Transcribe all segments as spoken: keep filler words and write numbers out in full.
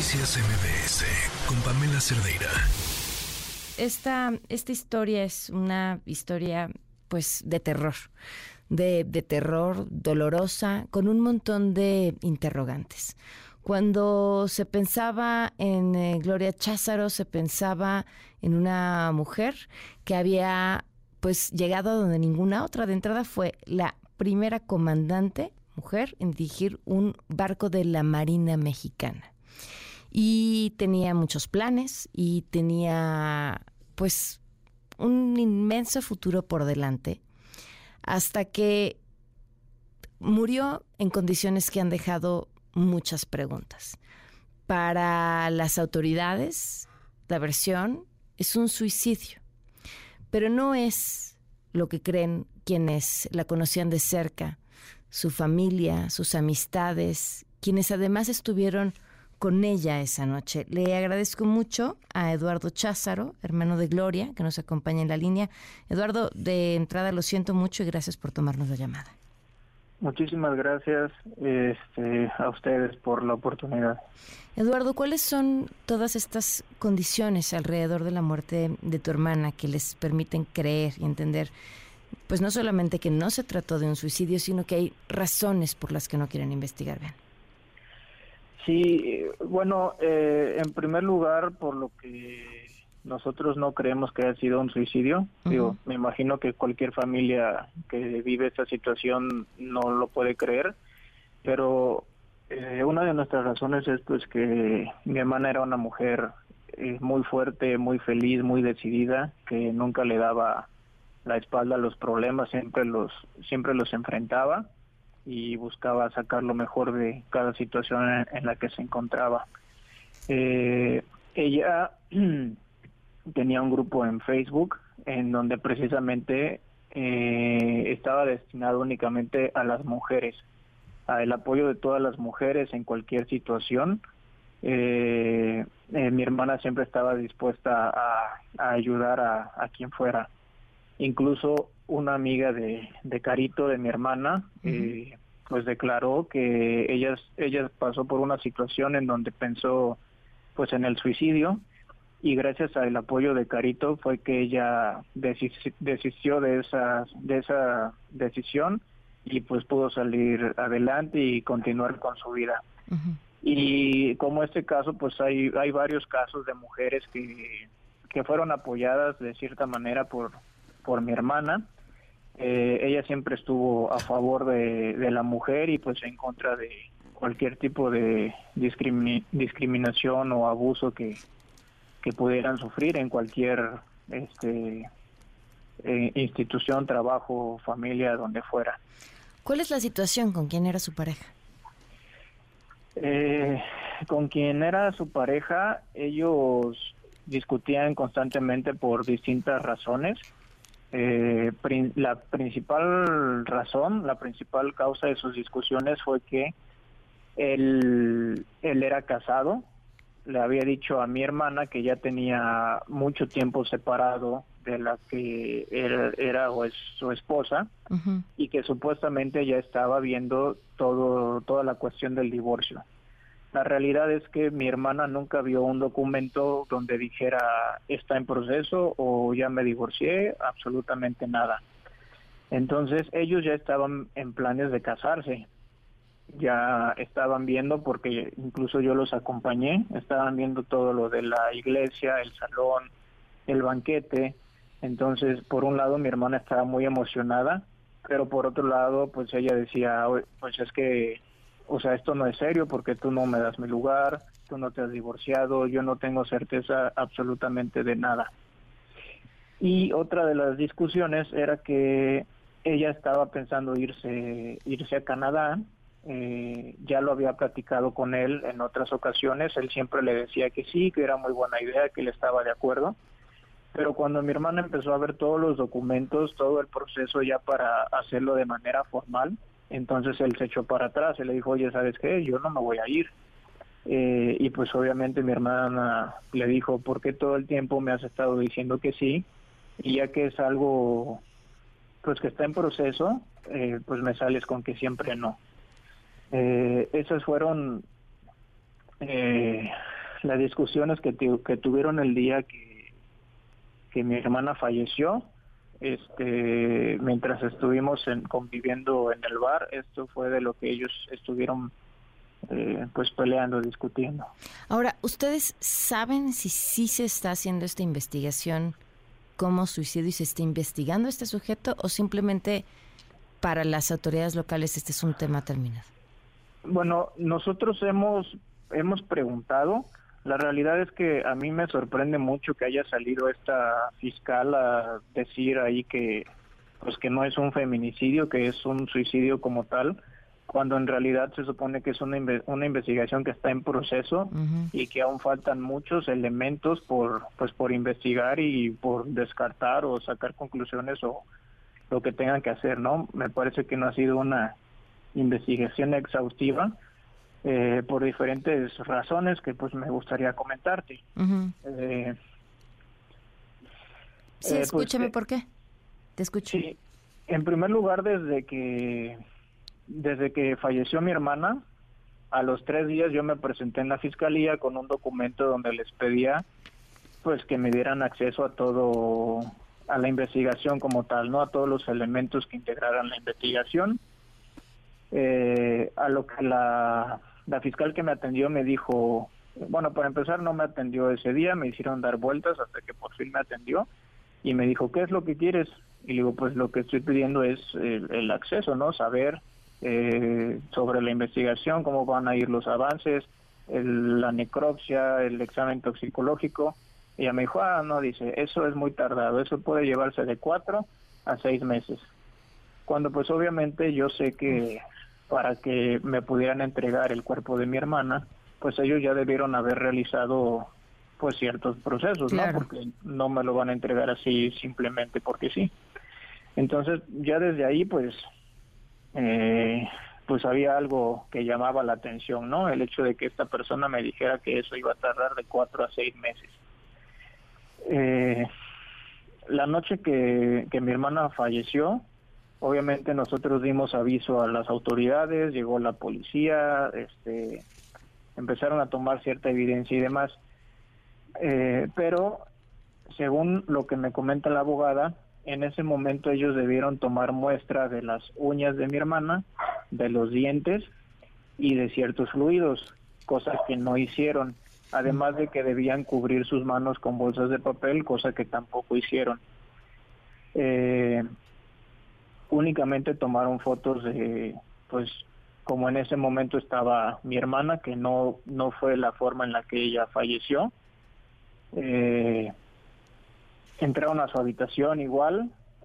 Noticias M B S con Pamela Cerdeira. Esta, esta historia es una historia, pues, de terror, de, de terror dolorosa, con un montón de interrogantes. Cuando se pensaba en eh, Gloria Cházaro, se pensaba en una mujer que había, pues, llegado a donde ninguna otra. De entrada fue la primera comandante mujer en dirigir un barco de la Marina Mexicana. Y tenía muchos planes y tenía, pues, un inmenso futuro por delante, hasta que murió en condiciones que han dejado muchas preguntas. Para las autoridades, la versión es un suicidio, pero no es lo que creen quienes la conocían de cerca, su familia, sus amistades, quienes además estuvieron con ella esa noche. Le agradezco mucho a Eduardo Cházaro, hermano de Gloria, que nos acompaña en la línea. Eduardo, de entrada lo siento mucho y gracias por tomarnos la llamada. Muchísimas gracias este, a ustedes por la oportunidad. Eduardo, ¿cuáles son todas estas condiciones alrededor de la muerte de tu hermana que les permiten creer y entender, pues no solamente que no se trató de un suicidio, sino que hay razones por las que no quieren investigar bien? Sí, bueno, eh, en primer lugar, por lo que nosotros no creemos que haya sido un suicidio. Uh-huh. Digo, me imagino que cualquier familia que vive esta situación no lo puede creer, pero eh, una de nuestras razones es pues que mi hermana era una mujer eh, muy fuerte, muy feliz, muy decidida, que nunca le daba la espalda a los problemas, siempre los siempre los enfrentaba y buscaba sacar lo mejor de cada situación en, en la que se encontraba. Eh, ella tenía un grupo en Facebook en donde precisamente eh, estaba destinado únicamente a las mujeres, al apoyo de todas las mujeres en cualquier situación. Eh, eh, mi hermana siempre estaba dispuesta a, a ayudar a, a quien fuera. Incluso una amiga de, de Carito, de mi hermana, uh-huh. eh, pues declaró que ella, ella pasó por una situación en donde pensó pues en el suicidio, y gracias al apoyo de Carito fue que ella desis- desistió de esa, de esa decisión y pues pudo salir adelante y continuar con su vida. Uh-huh. Y como este caso, pues hay, hay varios casos de mujeres que, que fueron apoyadas de cierta manera por por mi hermana. Eh, ella siempre estuvo a favor de, de la mujer y pues en contra de cualquier tipo de discrimi- discriminación o abuso que, que pudieran sufrir en cualquier este eh, institución, trabajo, familia, donde fuera. ¿Cuál es la situación? ¿Con quién era su pareja? Eh, con quien era su pareja, ellos discutían constantemente por distintas razones. Eh, prin- la principal razón, la principal causa de sus discusiones fue que él, él era casado. Le había dicho a mi hermana que ya tenía mucho tiempo separado de la que era, era o es su esposa, uh-huh. y que supuestamente ya estaba viendo todo toda la cuestión del divorcio. La realidad es que mi hermana nunca vio un documento donde dijera está en proceso o ya me divorcié, absolutamente nada. Entonces ellos ya estaban en planes de casarse, ya estaban viendo, porque incluso yo los acompañé, estaban viendo todo lo de la iglesia, el salón, el banquete. Entonces, por un lado mi hermana estaba muy emocionada, pero por otro lado pues ella decía, pues es que o sea, esto no es serio porque tú no me das mi lugar, tú no te has divorciado, yo no tengo certeza absolutamente de nada. Y otra de las discusiones era que ella estaba pensando irse irse a Canadá. Eh, ya lo había platicado con él en otras ocasiones, él siempre le decía que sí, que era muy buena idea, que él estaba de acuerdo. Pero cuando mi hermana empezó a ver todos los documentos, todo el proceso ya para hacerlo de manera formal, entonces él se echó para atrás, él le dijo, oye, ¿sabes qué? Yo no me voy a ir. Eh, y pues obviamente mi hermana le dijo, ¿por qué todo el tiempo me has estado diciendo que sí? Y ya que es algo pues que está en proceso, eh, pues me sales con que siempre no. Eh, esas fueron eh, las discusiones que, tu, que tuvieron el día que, que mi hermana falleció, este, mientras estuvimos en, conviviendo en el bar, esto fue de lo que ellos estuvieron eh, pues peleando, discutiendo. Ahora, ¿ustedes saben si sí se está haciendo esta investigación como suicidio y se está investigando este sujeto, o simplemente para las autoridades locales este es un tema terminado? Bueno, nosotros hemos hemos preguntado. La realidad es que a mí me sorprende mucho que haya salido esta fiscal a decir ahí que pues que no es un feminicidio, que es un suicidio como tal, cuando en realidad se supone que es una inve- una investigación que está en proceso. Uh-huh. Y que aún faltan muchos elementos por pues por investigar y por descartar o sacar conclusiones o lo que tengan que hacer, ¿no? Me parece que no ha sido una investigación exhaustiva. Eh, por diferentes razones que pues me gustaría comentarte. Uh-huh. Eh, sí, eh, escúchame, pues, ¿por qué? Te escucho. Sí, en primer lugar, desde que desde que falleció mi hermana, a los tres días yo me presenté en la fiscalía con un documento donde les pedía pues que me dieran acceso a todo, a la investigación como tal, ¿no? A todos los elementos que integraran la investigación. Eh, a lo que la La fiscal que me atendió me dijo, bueno, para empezar no me atendió ese día, me hicieron dar vueltas hasta que por fin me atendió y me dijo, ¿qué es lo que quieres? Y le digo, pues lo que estoy pidiendo es el, el acceso, ¿no? Saber eh, sobre la investigación, cómo van a ir los avances, el, la necropsia, el examen toxicológico. Y ella me dijo, ah, no, dice, eso es muy tardado, eso puede llevarse de cuatro a seis meses. Cuando pues obviamente yo sé que para que me pudieran entregar el cuerpo de mi hermana, pues ellos ya debieron haber realizado pues ciertos procesos, claro, ¿no? Porque no me lo van a entregar así simplemente porque sí. Entonces ya desde ahí pues eh, pues había algo que llamaba la atención, ¿no? El hecho de que esta persona me dijera que eso iba a tardar de cuatro a seis meses. Eh, la noche que, que mi hermana falleció, obviamente nosotros dimos aviso a las autoridades, llegó la policía, este, empezaron a tomar cierta evidencia y demás. Eh, pero, según lo que me comenta la abogada, en ese momento ellos debieron tomar muestra de las uñas de mi hermana, de los dientes y de ciertos fluidos, cosas que no hicieron. Además de que debían cubrir sus manos con bolsas de papel, cosa que tampoco hicieron. Eh... Únicamente tomaron fotos de, pues, como en ese momento estaba mi hermana, que no no fue la forma en la que ella falleció. Eh, entraron a su habitación igual,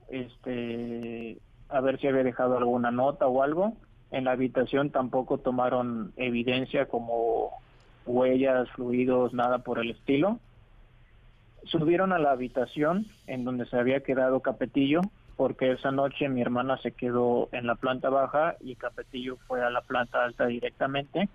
este, a ver si había dejado alguna nota o algo. En la habitación tampoco tomaron evidencia como huellas, fluidos, nada por el estilo. Subieron a la habitación en donde se había quedado Capetillo, porque esa noche mi hermana se quedó en la planta baja y Capetillo fue a la planta alta directamente.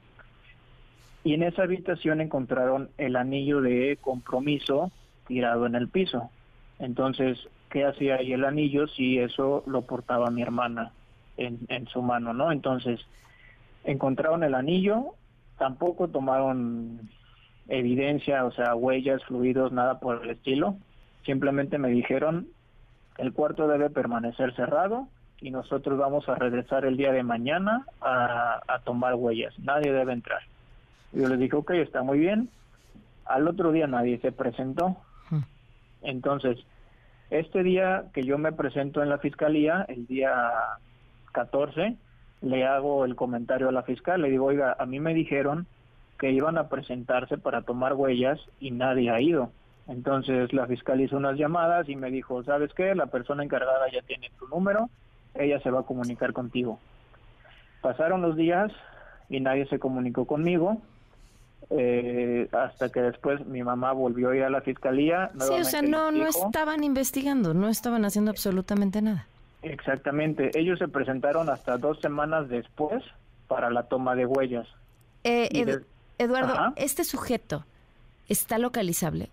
Y en esa habitación encontraron el anillo de compromiso tirado en el piso. Entonces, ¿qué hacía ahí el anillo si eso lo portaba mi hermana en, en su mano, ¿no? Entonces, encontraron el anillo, tampoco tomaron evidencia, o sea, huellas, fluidos, nada por el estilo. Simplemente me dijeron, el cuarto debe permanecer cerrado y nosotros vamos a regresar el día de mañana a, a tomar huellas. Nadie debe entrar. Yo les dije, ok, está muy bien. Al otro día nadie se presentó. Entonces, este día que yo me presento en la fiscalía, el día catorce, le hago el comentario a la fiscal. Le digo, oiga, a mí me dijeron que iban a presentarse para tomar huellas y nadie ha ido. Entonces la fiscal hizo unas llamadas y me dijo, ¿sabes qué? La persona encargada ya tiene tu número, ella se va a comunicar contigo. Pasaron los días y nadie se comunicó conmigo, eh, hasta que después mi mamá volvió a ir a la fiscalía. Sí, o sea, no, no estaban investigando, no estaban haciendo absolutamente nada. Exactamente, ellos se presentaron hasta dos semanas después para la toma de huellas. Eh, Ed- de... Eduardo, Ajá. ¿Este sujeto está localizable?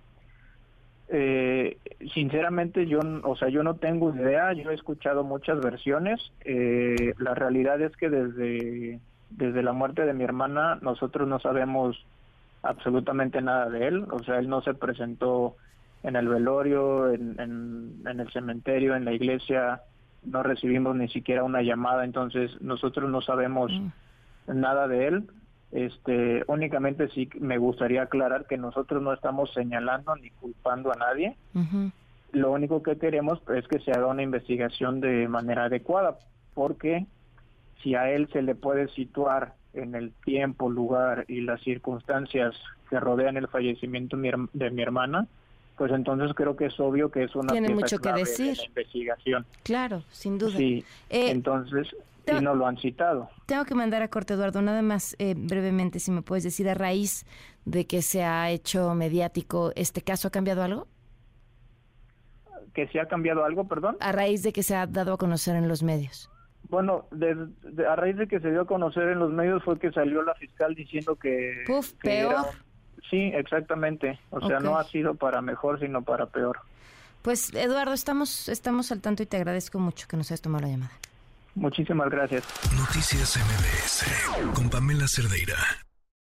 Eh, sinceramente yo, o sea, yo no tengo idea. Yo he escuchado muchas versiones. Eh, la realidad es que desde desde la muerte de mi hermana nosotros no sabemos absolutamente nada de él. O sea, él no se presentó en el velorio, en, en, en el cementerio, en la iglesia, no recibimos ni siquiera una llamada, entonces nosotros no sabemos mm. nada de él. Este, únicamente sí me gustaría aclarar que nosotros no estamos señalando ni culpando a nadie. Uh-huh. Lo único que queremos es que se haga una investigación de manera adecuada, porque si a él se le puede situar en el tiempo, lugar y las circunstancias que rodean el fallecimiento de mi hermana, pues entonces creo que es obvio que es una Tiene pieza mucho que clave decir. de la investigación. Claro, sin duda. Sí, eh, entonces sí no lo han citado. Tengo que mandar a corte, Eduardo, nada más eh, brevemente, si me puedes decir, a raíz de que se ha hecho mediático, ¿este caso ha cambiado algo? ¿Que se ha cambiado algo, perdón? A raíz de que se ha dado a conocer en los medios. Bueno, de, de, a raíz de que se dio a conocer en los medios fue que salió la fiscal diciendo que... Puf, que peor. Era, sí, exactamente. O sea, okay. No ha sido para mejor, sino para peor. Pues, Eduardo, estamos, estamos al tanto y te agradezco mucho que nos hayas tomado la llamada. Muchísimas gracias. Noticias M B S con Pamela Cerdeira.